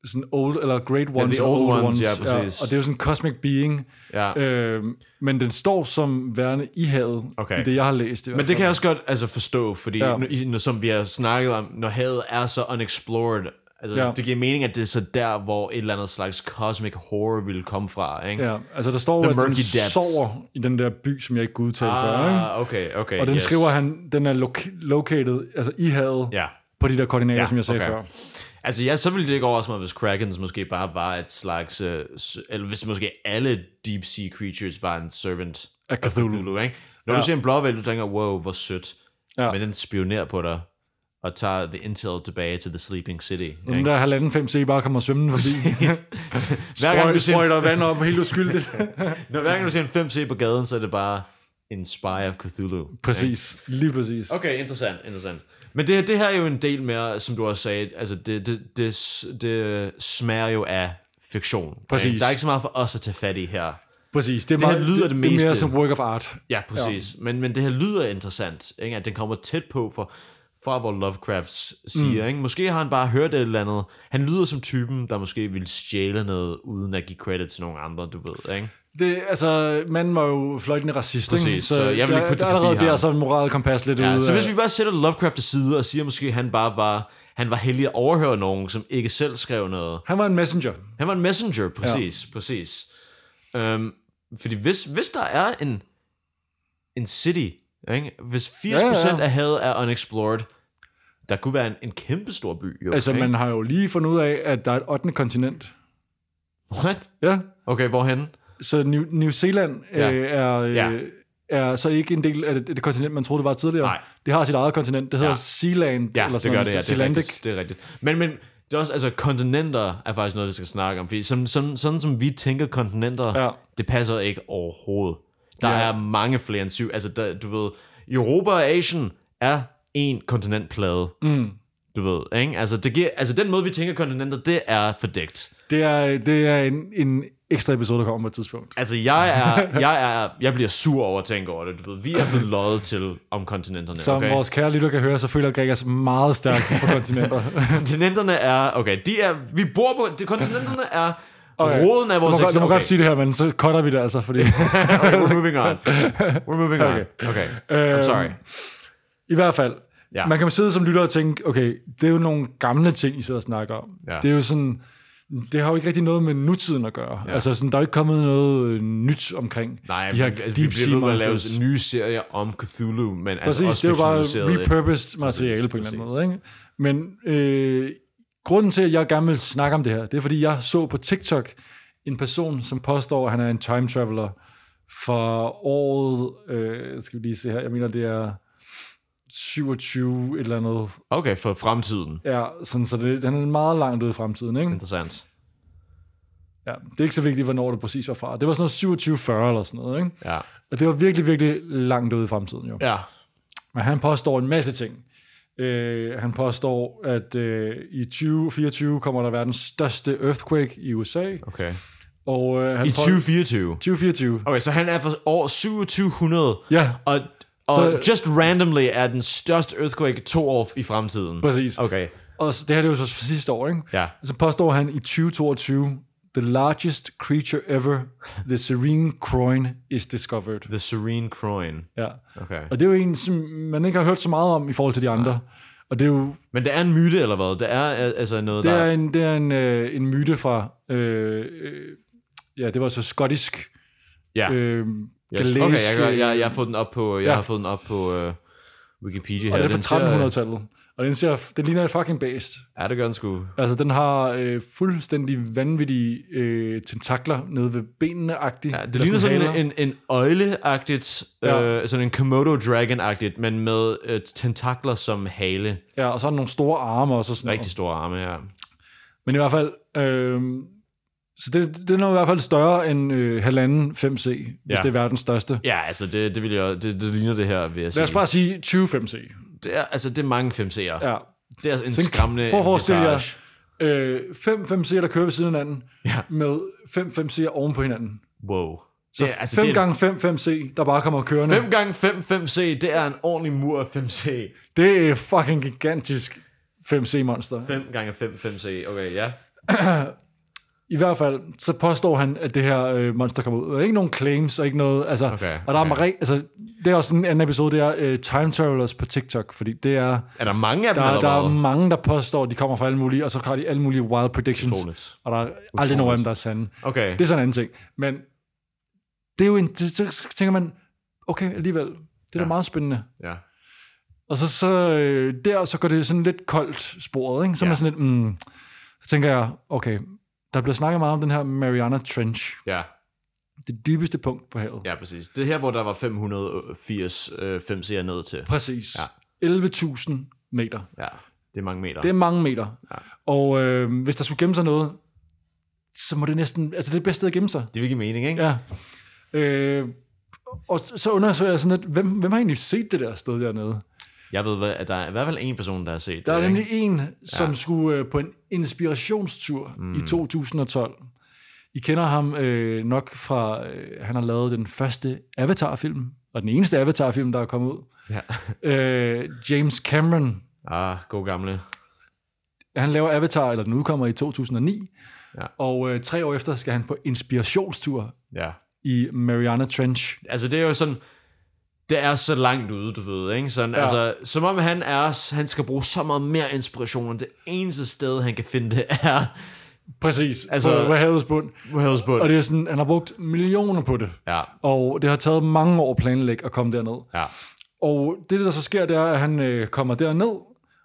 sådan old, eller great ones, the old ones, ja, præcis. Og det er jo sådan en cosmic being, men den står som værende i havet, i det jeg har læst. Men det kan jeg også godt altså, forstå, fordi som vi har snakket om, når havet er så unexplored, altså, det giver mening, at det er så der, hvor et eller andet slags cosmic horror ville komme fra, ikke? Ja, altså der står, at den sover i den der by, som jeg ikke kunne udtale før, ikke? Okay, og den skriver han, den er located, altså i havet, på de der koordinater, som jeg sagde før. Altså så ville det ikke overraske mig, hvis Krakens måske bare var et slags, eller hvis måske alle deep sea creatures var en servant af Cthulhu, ikke? Når du ser en blåhval, du tænker, wow, hvor sødt, men den spionerer på dig, og tager the intel tilbage til The Sleeping City. Den der 1,5C bare kommer svømmende forbi. Sprøjter vand op helt uskyldigt. Hver gang du ser en 5C på gaden, så er det bare en spy of Cthulhu. Præcis, lige præcis. Okay, interessant. Men det her er jo en del mere, som du også sagde, altså det smager jo af fiktion. Præcis. Der er ikke så meget for os at tage fat i her. Præcis, det er mere som work of art. Ja, præcis. Ja. Men det her lyder interessant, ikke? At den kommer tæt på fra hvor Lovecraft siger. Ikke? Måske har han bare hørt et eller andet. Han lyder som typen, der måske ville stjæle noget, uden at give credit til nogle andre, du ved, ikke? Det, altså, manden var jo fløjtende racist, præcis, så jeg vil ikke putte det forbi allerede der, så en moral kompas lidt ud. Så hvis vi bare sætter Lovecraft til side, og siger måske, han var heldig at overhøre nogen, som ikke selv skrev noget. Han var en messenger. Præcis. Fordi hvis der er en city, ikke? Hvis 80% af havet er unexplored, der kunne være en kæmpe stor by. Jo, altså, ikke? man har jo lige fundet ud af, at der er et 8. kontinent. What? Ja. Okay, hvorhen? Så New Zealand er så ikke en del af det kontinent, man troede, det var tidligere. Nej. Det har sit eget kontinent. Det hedder Sealand. Ja, eller det gør det. Sealandic. Det er rigtigt. Men det er også, altså, kontinenter er faktisk noget, vi skal snakke om. Fordi sådan som vi tænker kontinenter, det passer ikke overhovedet. Der er mange flere end 7. Altså, du ved, Europa og Asien er en kontinentplade. Du ved, ikke? Altså, den måde, vi tænker kontinenter, det er fordækt. Det er en ekstra episode, der kommer på et tidspunkt. Altså, jeg bliver sur over at tænke over det. Du ved, vi er blevet løjet til om kontinenterne. Som vores kære lytter kan høre, så føler Gregers meget stærkt for kontinenter. Kontinenterne er, vi bor på, kontinenterne er roden af vores eksistens. Du må godt sige det her, men så cutter vi det altså, fordi... We're moving on. Okay. I'm sorry. I hvert fald, man kan sidde som lytter og tænke, okay, det er jo nogle gamle ting, I sidder og snakker om. Ja. Det er jo sådan... Det har jo ikke rigtig noget med nutiden at gøre. Ja. Altså, sådan, der er ikke kommet noget nyt omkring de her deep sea monsters. Vi bliver nye serier om Cthulhu, men præcis, altså også det er jo bare repurposed materiale på en eller anden måde. Ikke? Men grunden til, at jeg gerne vil snakke om det her, det er, fordi jeg så på TikTok en person, som påstår, at han er en time traveler for året, skal vi lige se her, jeg mener, det er 27 et eller andet. Okay, for fremtiden. Ja, sådan, så han er meget langt ude i fremtiden, ikke? Interessant. Ja, det er ikke så vigtigt, hvornår det præcis var fra. Det var sådan noget 27-40 eller sådan noget, ikke? Ja. Og det var virkelig, virkelig langt ude i fremtiden, jo. Ja. Men han påstår en masse ting. Han påstår, at i 2024 kommer der være den største earthquake i USA. Okay. Og, i 2024? 2024. Okay, så han er for år 2700. Ja. Og just randomly er den største earthquake 2 år i fremtiden. Præcis. Okay. Og det her det er jo så sidste år, ikke? Ja. Så påstår han i 2022, the largest creature ever, the Serene Croin, is discovered. The Serene Croin. Ja. Okay. Og det er jo en, som man ikke har hørt så meget om i forhold til de andre. Ja. Og det er jo... Men det er en myte, eller hvad? Det er altså noget, det er en myte fra... det var så skottisk... Ja. Okay, jeg har fået den op på, Wikipedia her. Og det er fra 1300-tallet. Og den ligner et fucking bæst. Ja, det gør den sgu. Altså, den har fuldstændig vanvittige tentakler nede ved benene-agtigt. Ja, det ligner sådan en øgle-agtigt, sådan en Komodo Dragon-agtigt, men med tentakler som hale. Ja, og så er der nogle store arme også. Sådan rigtig store arme, ja. Men i hvert fald... Så det er noget i hvert fald større end 1,5 5C, hvis det er verdens største. Ja, altså det vil jeg, det ligner det her, vil jeg sige. Lad os bare sige 20 5C. Det er mange 5C'er. Ja. Det er altså en skræmmende... Prøv at forestille jer 5 5C'er, der kører ved siden af hinanden, med 5 5C'er oven på hinanden. Wow. Så 5 gange 5 5C, der bare kommer kørende. 5 gange 5 5C, det er en ordentlig mur af 5C. Det er fucking gigantisk 5C-monster. 5 gange 5 5C, okay, ja. I hvert fald, så påstår han, at det her monster kommer ud. Der er ikke nogen claims, og ikke noget, altså, og der er det er også en anden episode, det er Time Travelers på TikTok, fordi det er... Er der mange af dem, der er mange, der påstår, at de kommer fra alle mulige, og så har de alle mulige wild predictions, og der er aldrig nogen af dem, der er sande. Okay. Det er sådan en anden ting. Men det er jo så tænker man, okay, alligevel, det er da meget spændende. Ja. Og så går det sådan lidt koldt sporet, ikke? Så man sådan lidt, så tænker jeg, okay, der bliver snakket meget om den her Mariana Trench. Ja. Det dybeste punkt på havet. Ja, præcis. Det er her, hvor der var 580 5C'er ned til. Præcis. Ja. 11.000 meter. Ja, det er mange meter. Det er mange meter. Ja. Og hvis der skulle gemme sig noget, så må det næsten... Altså, det er det bedste sted at gemme sig. Det vil give mening, ikke? Ja. Og så undersøger jeg sådan lidt, hvem har egentlig set det der sted dernede? Jeg ved, at der er i hvert fald en person, der har set det. Der er nemlig en, som skulle på en inspirationstur i 2012. I kender ham nok fra, han har lavet den første Avatar-film, og den eneste Avatar-film, der er kommet ud. Ja. James Cameron. God gamle. Han laver Avatar, eller den udkommer i 2009, og 3 år efter skal han på inspirationstur i Mariana Trench. Altså det er jo sådan... Det er så langt ude, du ved, ikke? Sådan, altså, som om han skal bruge så meget mere inspiration, og det eneste sted, han kan finde det, er... Præcis, altså, på havets bund. Og det er sådan, han har brugt millioner på det. Ja. Og det har taget mange år at planlægge at komme derned. Ja. Og det, der så sker, det er, at han kommer derned,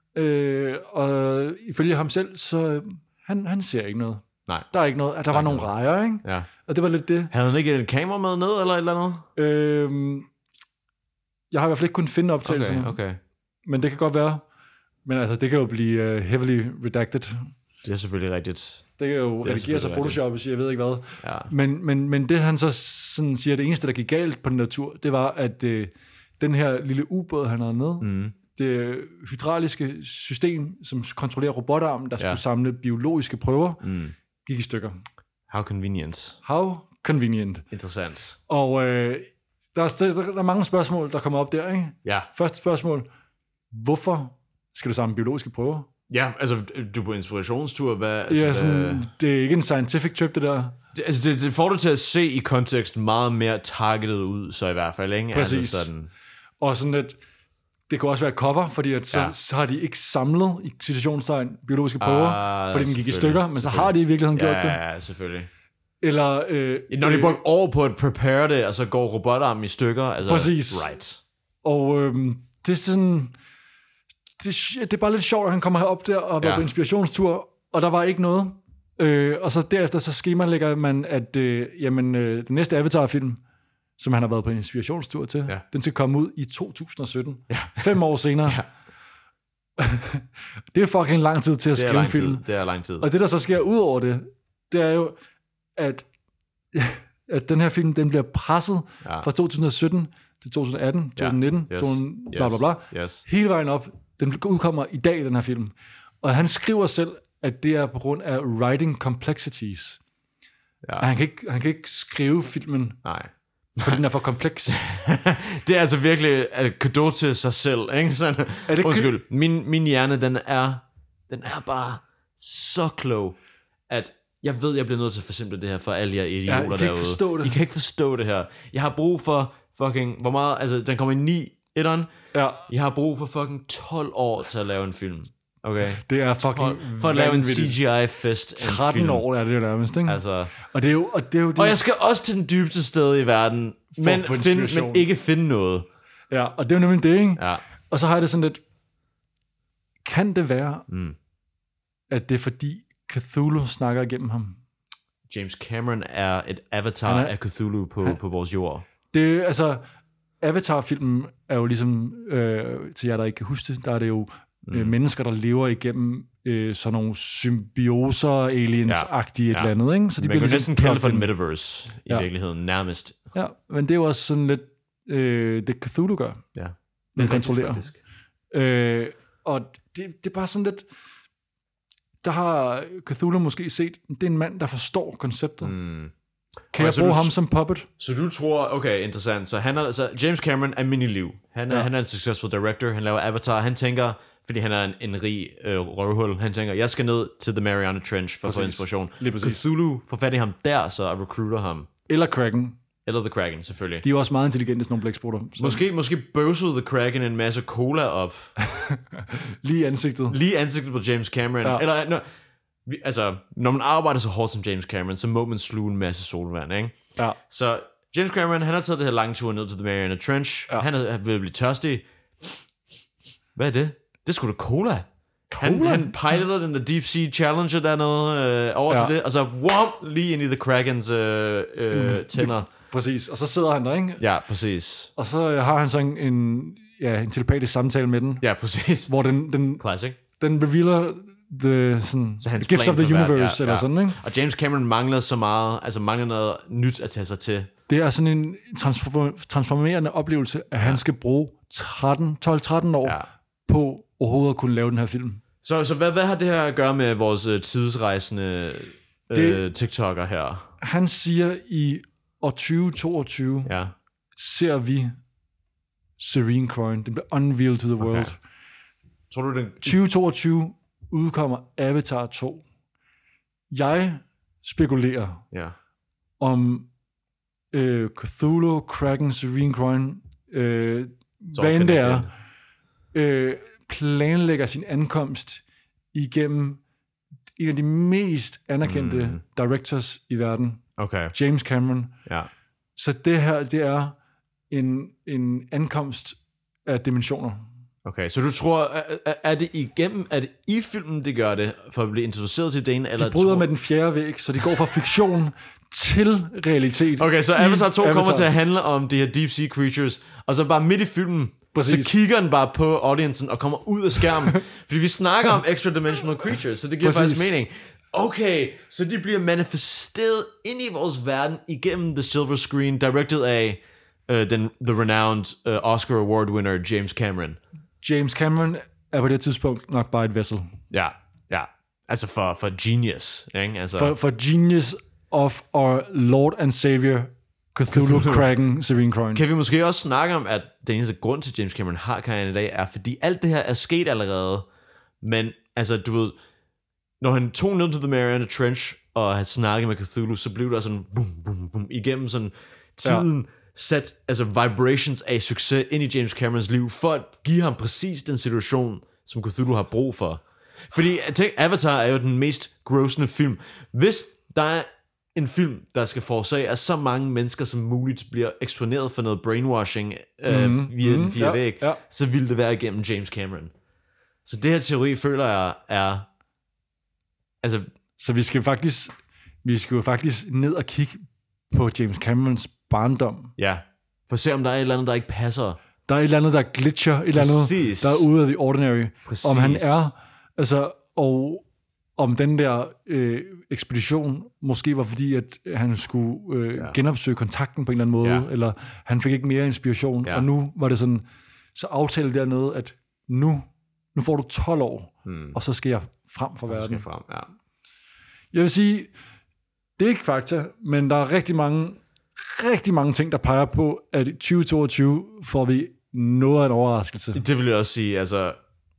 og ifølge ham selv, så han ser ikke noget. Nej. Der er ikke noget. Der var nogle rejer, ikke? Ja. Og det var lidt det. Havde han ikke et kamera med ned, eller et eller andet? Jeg har i hvert fald ikke kunnet finde optagelsen. Okay. Men det kan godt være. Men altså, det kan jo blive heavily redacted. Det er selvfølgelig rigtigt. Det kan jo redigeres af Photoshop, og jeg ved ikke hvad. Ja. Men det han så sådan siger, det eneste, der gik galt på den natur, det var, at den her lille ubåd, han havde med, det hydrauliske system, som kontrollerer robotarmen, der skulle samle biologiske prøver, gik i stykker. How convenient. How convenient. Interessant. Og der er mange spørgsmål, der kommer op der, ikke? Ja. Første spørgsmål. Hvorfor skal du samle biologiske prøver? Ja, altså, du er på inspirationstur, hvad... Altså, det er ikke en scientific trip, det der. Det får du til at se i kontekst meget mere targeted ud, så i hvert fald, ikke? Præcis. Altså sådan... Og sådan at, det kan også være cover, fordi at så har de ikke samlet, i situationstegn, biologiske prøver, fordi den gik i stykker, men så har de i virkeligheden gjort det. Ja, selvfølgelig. Eller... når de bruger år på at prepare det, og så går robotarmen i stykker. Altså, præcis. Right. Og det er sådan... Det er bare lidt sjovt, at han kommer herop der og var på inspirationstur, og der var ikke noget. Og så derefter så skemalægger man, at den næste Avatar-film, som han har været på inspirationstur til, den skal komme ud i 2017. Ja. 5 år senere. Ja. Det er fucking lang tid til at skrive en film. Det er lang tid. Og det, der så sker ud over det, det er jo, at den her film, den bliver presset fra 2017 til 2018, 2019, bla bla bla, hele vejen op. Den udkommer i dag, den her film. Og han skriver selv, at det er på grund af writing complexities. Ja. Han kan ikke skrive filmen, fordi den er for kompleks. Det er altså virkelig cadeau til sig selv, ikke? Sådan, undskyld, min hjerne, den er bare så klog, at jeg ved, jeg bliver nødt til at forsimple det her for alle jer idioter derude. I kan ikke forstå det her. Jeg har brug for fucking, hvor meget, altså den kommer i 9, etteren. Ja. Jeg har brug for fucking 12 år til at lave en film. Okay. Det er fucking for at lave en CGI-fest. 13 år er det jo nærmest, ikke? Altså. Og det er jo og jeg skal også til den dybeste sted i verden, men ikke finde noget. Ja, og det er jo nemlig det, ikke? Ja. Og så har jeg det sådan lidt, kan det være, at det er fordi Cthulhu snakker igennem ham? James Cameron er et avatar af Cthulhu på vores jord. Det er altså... Avatar-filmen er jo ligesom, til jer, der ikke kan huske det, der er det jo mennesker, der lever igennem sådan nogle symbioser, aliens-agtige et eller andet, ikke? Så de man kan næsten kalde det for en metaverse, i virkeligheden, nærmest. Ja, men det er jo også sådan lidt, det Cthulhu gør. Ja. Den kontrollerer. Og det er bare sådan lidt, der har Cthulhu måske set, det er en mand, der forstår konceptet. Kan jeg bruge ham som puppet? Så du tror, okay, interessant. Så James Cameron er min liv. Han er en successful director. Han laver Avatar. Han tænker, Fordi han er en rig røvhul. Han tænker, jeg skal ned til The Mariana Trench for at få inspiration. Cthulhu får fat i ham der, så recruiter ham. Eller Kraken. Eller The Kraken, selvfølgelig. De er også meget intelligente, sådan nogle blæksprutter. Måske bøvsede The Kraken en masse cola op. Lige ansigtet på James Cameron. Ja. Eller, når man arbejder så hårdt som James Cameron, så må man sluge en masse solvand, ikke? Ja. Så James Cameron, han har taget det her lange tur ned til The Mariana Trench. Ja. Han er ved at blive tørstig. Hvad er det? Det er sgu da cola. Han pejlede den der Deep Sea Challenger dernede over til det, og så lige ind i The Krakens tænder. Præcis, og så sidder han der, ikke? Ja, præcis. Og så har han så en telepatisk samtale med den. Ja, præcis. Hvor den Classic. Den revealer the gifts of the universe, eller sådan, ikke? Og James Cameron mangler så meget, altså mangler noget nyt at tage sig til. Det er sådan en transformerende oplevelse, at han skal bruge 12-13 år på overhovedet at kunne lave den her film. Så hvad har det her at gøre med vores tidsrejsende TikToker her? Han siger, i år 2022 ser vi Serene Croyne. Den bliver unveiled to the world. Okay. Tror du, 2022 udkommer Avatar 2. Jeg spekulerer om Cthulhu, Kraken, Serene Croyne, hvad end det er, planlægger sin ankomst igennem en af de mest anerkendte directors i verden, James Cameron. Ja. Så det her, det er en ankomst af dimensioner. Okay, så du tror, er det i filmen, de gør det, for at blive introduceret til den? Eller de bryder med den fjerde væg, så de går fra fiktion til realitet. Okay, så Avatar 2 kommer til at handle om de her deep sea creatures, og så bare midt i filmen, så kigger den bare på audiencen og kommer ud af skærmen. Fordi vi snakker om extra dimensional creatures, så det giver faktisk mening. Okay, så de bliver manifesteret ind i vores verden igennem The Silver Screen, directed af the renowned Oscar Award winner James Cameron. James Cameron er på det tidspunkt nok bare et vessel. Ja. Altså for genius, ikke? Altså for genius of our Lord and Savior Cthulhu, Kraken, Serene Croyne. Kan vi måske også snakke om, at den eneste grund til, James Cameron har karrieren i dag, er, fordi alt det her er sket allerede. Men altså, du ved, når han tog ned til The Mariana Trench og havde snakket med Cthulhu, så blev der sådan igennem sådan tiden sat altså vibrations af succes ind i James Camerons liv, for at give ham præcis den situation, som Cthulhu har brug for. Fordi tænk, Avatar er jo den mest grossende film. Hvis der er en film, der skal forårsage, at så mange mennesker som muligt bliver eksponeret for noget brainwashing via den fire væg, så vil det være igennem James Cameron. Så det her teori, føler jeg, er... Altså, så vi skal jo faktisk ned og kigge på James Camerons barndom. Ja, for at se, om der er et eller andet, der ikke passer. Der er et eller andet, der glitcher, et eller andet, der er ude af the ordinary. Præcis. Om han er... Altså, og om den der ekspedition måske var fordi, at han skulle genopsøge kontakten på en eller anden måde, eller han fik ikke mere inspiration, og nu var det sådan, så aftalte dernede, at nu får du 12 år, og så skal jeg frem for verden. Jeg vil sige, det er ikke fakta, men der er rigtig mange ting, der peger på, at i 2022 får vi noget af en overraskelse. Det vil jeg også sige, altså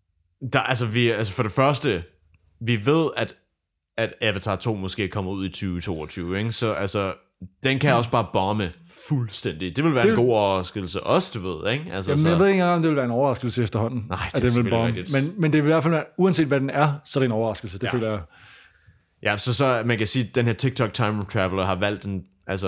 for det første, vi ved, at Avatar 2 måske kommer ud i 2022, ikke? Så altså, den kan også bare bombe fuldstændig. Det vil være en god overraskelse også, du ved, ikke? Altså, jamen, jeg ved ikke engang, om det vil være en overraskelse efterhånden. Nej, det er selvfølgelig rigtigt. Men det vil i hvert fald være, uanset hvad den er, så er det en overraskelse, det føler jeg. Ja, så man kan sige, at den her TikTok Time Traveler har valgt den,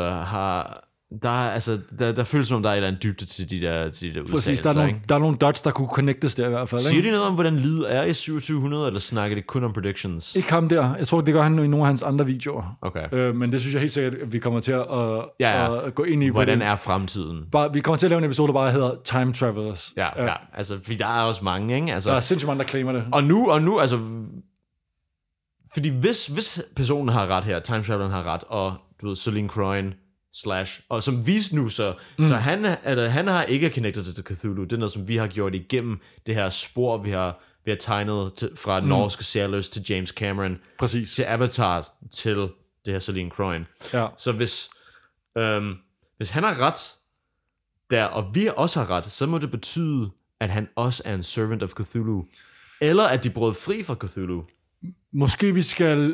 der føles som om der er et eller andet dybde til de der udtalelser. Præcis, der er nogle dots, der kunne connectes der i hvert fald. Siger de noget om, hvordan lyd er i 2700, eller snakker de kun om predictions? Ikke ham der. Jeg tror, det gør han i nogle af hans andre videoer. Okay. Men det synes jeg helt sikkert, at vi kommer til at gå ind i. Hvordan er fremtiden? Vi kommer til at lave en episode, der bare hedder Time Travelers. Ja. Altså, fordi der er også mange, ikke? Altså, der er sindssygt mange, der claimer det. Og nu, altså... Fordi hvis personen har ret her, Time Traveleren har ret, og du ved, Serene Croyne og som vi nu så han har ikke connected til Cthulhu. Det er noget, som vi har gjort igennem det her spor, vi har tegnet fra norske Seriøs til James Cameron, præcis, til Avatar til det her Serene Croyne. Ja. Så hvis han har ret der, og vi også har ret, så må det betyde, at han også er en servant of Cthulhu. Eller at de brød fri fra Cthulhu. Måske vi skal...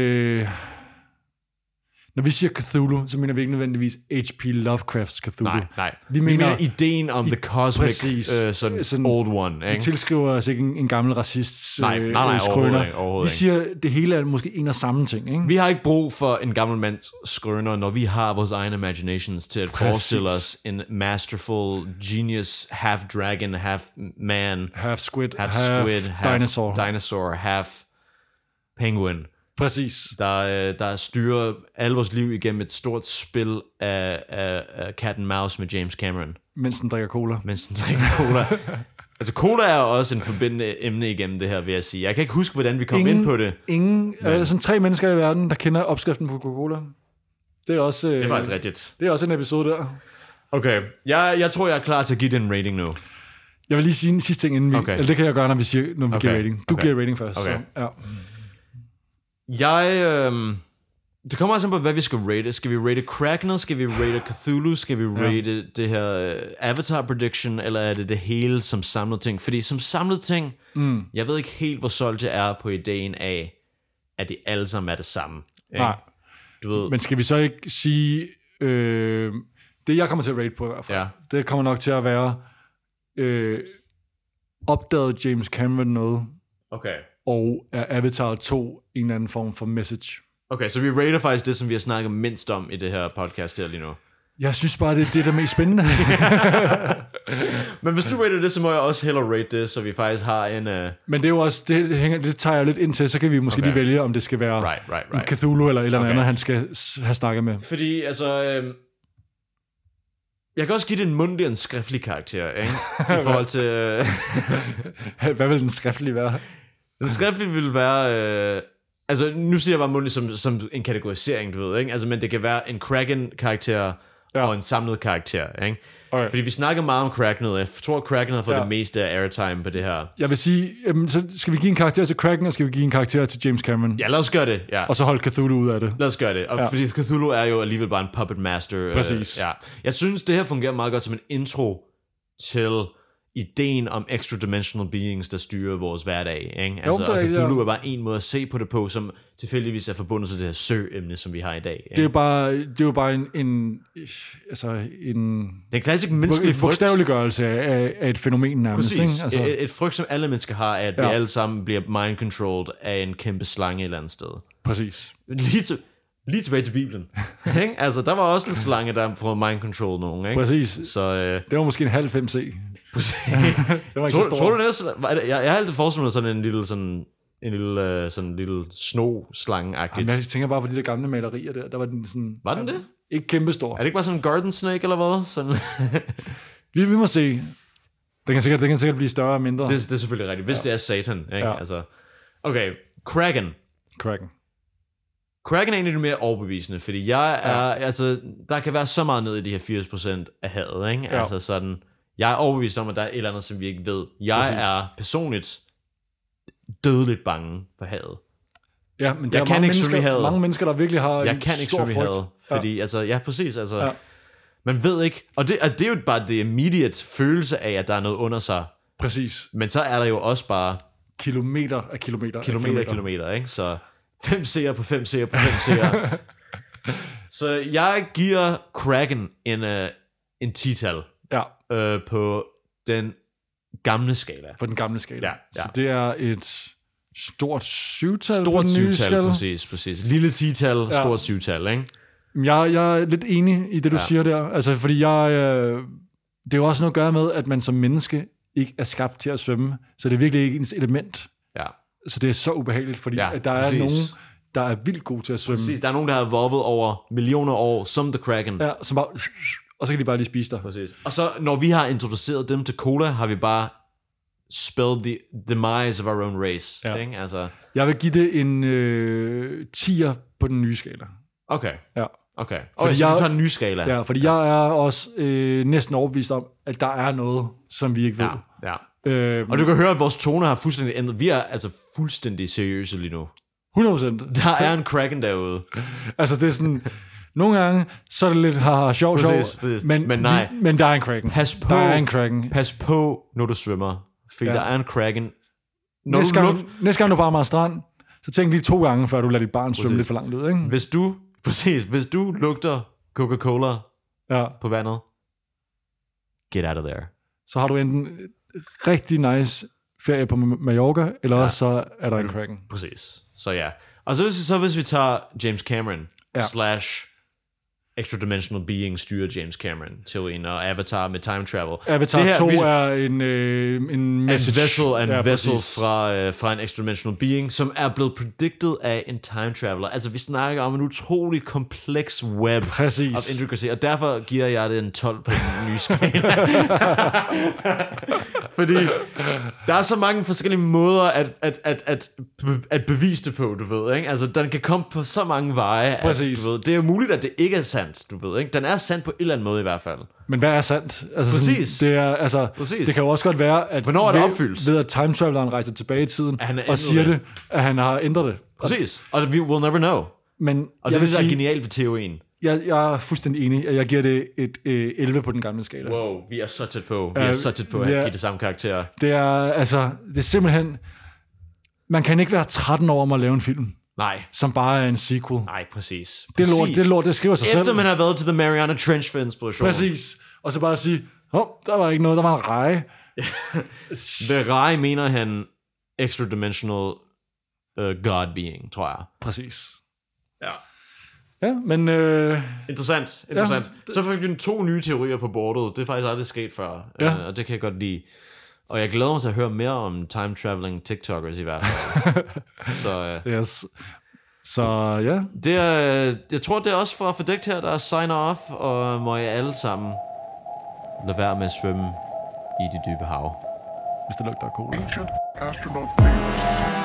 Når vi siger Cthulhu, så mener vi ikke nødvendigvis H.P. Lovecrafts Cthulhu. Nej. Vi mener ideen om the cosmic sådan old one. Ikke? Vi tilskriver os ikke en gammel racist skrøner. Vi siger, det hele er måske en og samme ting. Ikke? Vi har ikke brug for en gammel mands skrøner, når vi har vores egne imaginations til at forestille os en masterful genius, half dragon, half man, half squid, dinosaur, half penguin. Præcis. Der styrer alle vores liv igennem et stort spil af cat and mouse med James Cameron. Mens den drikker cola. Altså cola er også en forbindende emne igennem det her, vil jeg sige. Jeg kan ikke huske, hvordan vi kom ind på det. Er der sådan 3 mennesker i verden, der kender opskriften på Coca-Cola? Det er også... det er faktisk rigtigt. Det er også en episode der. Okay, jeg tror, jeg er klar til at give det en rating nu. Jeg vil lige sige en sidste ting, inden vi... Okay. Eller det kan jeg gøre, når vi giver rating. Du giver rating først. Okay. Så, ja. Det kommer altså på, hvad vi skal rate. Skal vi rate Kraken? Skal vi rate Cthulhu? Skal vi rate det her Avatar Prediction? Eller er det hele som samlet ting? Fordi som samlet ting, jeg ved ikke helt, hvor solgt jeg er på ideen af, at de alle sammen er det samme. Ikke? Nej. Du ved. Men skal vi så ikke sige... det jeg kommer til at rate på i hvert fald, det kommer nok til at være... opdagede James Cameron noget? Okay. Og er Avatar 2 en eller anden form for message. Okay, så vi rater faktisk det, som vi har snakket mindst om i det her podcast her lige nu. Jeg synes bare, det er det, der er mest spændende. Men hvis du rater det, så må jeg også hellere rate det, så vi faktisk har en... Men det er jo også, det tager jeg lidt ind til, så kan vi måske lige vælge, om det skal være right. Cthulhu eller et eller andet, han skal have snakket med. Fordi, altså... jeg kan også give det en mundtlig og en skriftlig karakter, ikke? I forhold til... Hvad vil den skriftlige være? Den skriftlige vil være... altså, nu siger jeg bare mundtligt som en kategorisering, du ved, ikke? Altså, men det kan være en Kraken-karakter og en samlet karakter, ikke? Okay. Fordi vi snakker meget om Kraken, og jeg tror, at Kraken har fået det meste af airtime på det her. Jeg vil sige, så skal vi give en karakter til Kraken, og skal vi give en karakter til James Cameron? Ja, lad os gøre det, ja. Og så holde Cthulhu ud af det. Lad os gøre det, og fordi Cthulhu er jo alligevel bare en puppet master. Præcis. Ja. Jeg synes, det her fungerer meget godt som en intro til ideen om extra-dimensional beings, der styrer vores hverdag. Ikke? Altså, og Cthulhu er bare en måde at se på det på, som tilfældigvis er forbundet til det her sø-emne, som vi har i dag. Ikke? Det er jo bare en en klassisk menneskelig frygt. Bogstaveliggørelse af et fænomen nærmest. Præcis. Ikke? Altså. Et frygt, som alle mennesker har, er, at vi alle sammen bliver mind-controlled af en kæmpe slange et eller andet sted. Præcis. Lige tilbage til Bibelen. Altså, der var også en slange, der prøvede mind-control nogen. Ikke? Præcis. Så, det var måske en halv 5C. Det var ikke så stor. Tror du næsten... Jeg har altid forestillet mig sådan en lille sno-slange-agtigt. Jeg tænker bare på de der gamle malerier der. Der var den sådan... Var den det? Ikke kæmpestor. Er det ikke bare sådan en garden snake, eller hvad? Sådan... vi må se. Den kan sikkert blive større og mindre. Det er selvfølgelig rigtigt. Hvis det er Satan. Ikke? Ja. Altså. Okay, Kraken. Kraken er egentlig mere overbevisende, fordi jeg er, altså, der kan være så meget ned i de her 80% af havet, ikke? Altså sådan, jeg er overbevist om, at der er et eller andet, som vi ikke ved. Jeg er personligt dødeligt bange for havet. Ja, men der er mange mennesker, der virkelig har jeg kan ikke svømme i havet, fordi, altså, præcis, altså, man ved ikke, og det er jo bare det immediate følelse af, at der er noget under sig. Præcis. Men så er der jo også bare kilometer, ikke? Så 5 seere på 5 seere på 5 seere. Så jeg giver Kraken en 10-tal. Ja. På den gamle skala. På den gamle skala. Ja. Så det er et stort 7-tal på den nye skala. Præcis. Lille 10-tal, stort 7-tal, ikke? Jeg er lidt enig i det, du siger der. Altså, fordi det er jo også noget at gøre med, at man som menneske ikke er skabt til at svømme. Så det er virkelig ikke ens element. Ja. Så det er så ubehageligt, fordi at der er nogen, der er vildt gode til at svømme. Præcis, der er nogen, der har evolvet over millioner år, som The Kraken. Ja, som bare, og så kan de bare lige spise dig. Præcis. Og så, når vi har introduceret dem til cola, har vi bare spelled the demise of our own race. Ja. Ikke? Altså. Jeg vil give det en 10'er på den nye skala. Okay. Ja. Okay. Så du tager en ny skala. Ja, fordi jeg er også næsten overbevist om, at der er noget, som vi ikke ved. Ja. Og du kan høre, at vores toner har fuldstændig ændret. Vi er altså fuldstændig seriøse lige nu. 100%. Der er en Kraken derude. Altså det er sådan, nogle gange, så er det lidt sjov, men nej. Men der er en Kraken. Pas på, når du svømmer. Fordi der er en Kraken Næste gang du bare meget strand, så tænk lige 2 gange, før du lader dit barn svømme lidt for langt ud, ikke? Hvis du lugter Coca-Cola på vandet, get out of there. Så har du enten rigtig nice ferie på Mallorca, eller også så er der en Kraken. Præcis. Så ja. Og så hvis vi tager James Cameron / Extra Dimensional Being styrer James Cameron til en, og Avatar med time travel. Avatar 2 er en message. En vessel fra en Extra Dimensional Being, som er blevet predicted af en time traveler. Altså, vi snakker om en utrolig kompleks web of intricacy, og derfor giver jeg det en 12 på den nye skala. Fordi der er så mange forskellige måder at bevise det på, du ved, ikke? Altså, den kan komme på så mange veje, at, du ved, det er muligt, at det ikke er sandt, du ved, ikke? Den er sandt på en eller anden måde i hvert fald. Men hvad er sandt? Altså, præcis. Sådan, det er, altså, præcis. Det kan jo også godt være, at hvornår er det opfyldt? Ved at time traveleren rejser tilbage i tiden og siger det, at han har ændret det. Præcis. Og we will never know. Men og det er genialt ved teorien. Jeg er fuldstændig enig, at jeg giver det et 11 på den gamle skala. Wow, vi er så tæt på. Vi er så tæt på at give det samme karakter. Det er simpelthen... Man kan ikke være 13 år om at lave en film. Nej. Som bare er en sequel. Nej, præcis. Det skriver sig selv. Efter man har været til The Mariana Trench for inspiration. Præcis. Og så bare sige, der var ikke noget, der var en reje. Ved reje mener han extra dimensional God being, tror jeg. Præcis. Ja. Ja, men... Interessant. Ja, så fik vi 2 nye teorier på bordet. Det er faktisk aldrig sket før. Og det kan jeg godt lide. Og jeg glæder mig til at høre mere om time traveling TikTokers i hvert fald. Yes. Så ja. Jeg tror, det er også fra Fordækt her, der signer off, og må I alle sammen lade være med at svømme i det dybe hav. Hvis det lugter af cola. Ancient astronaut theories.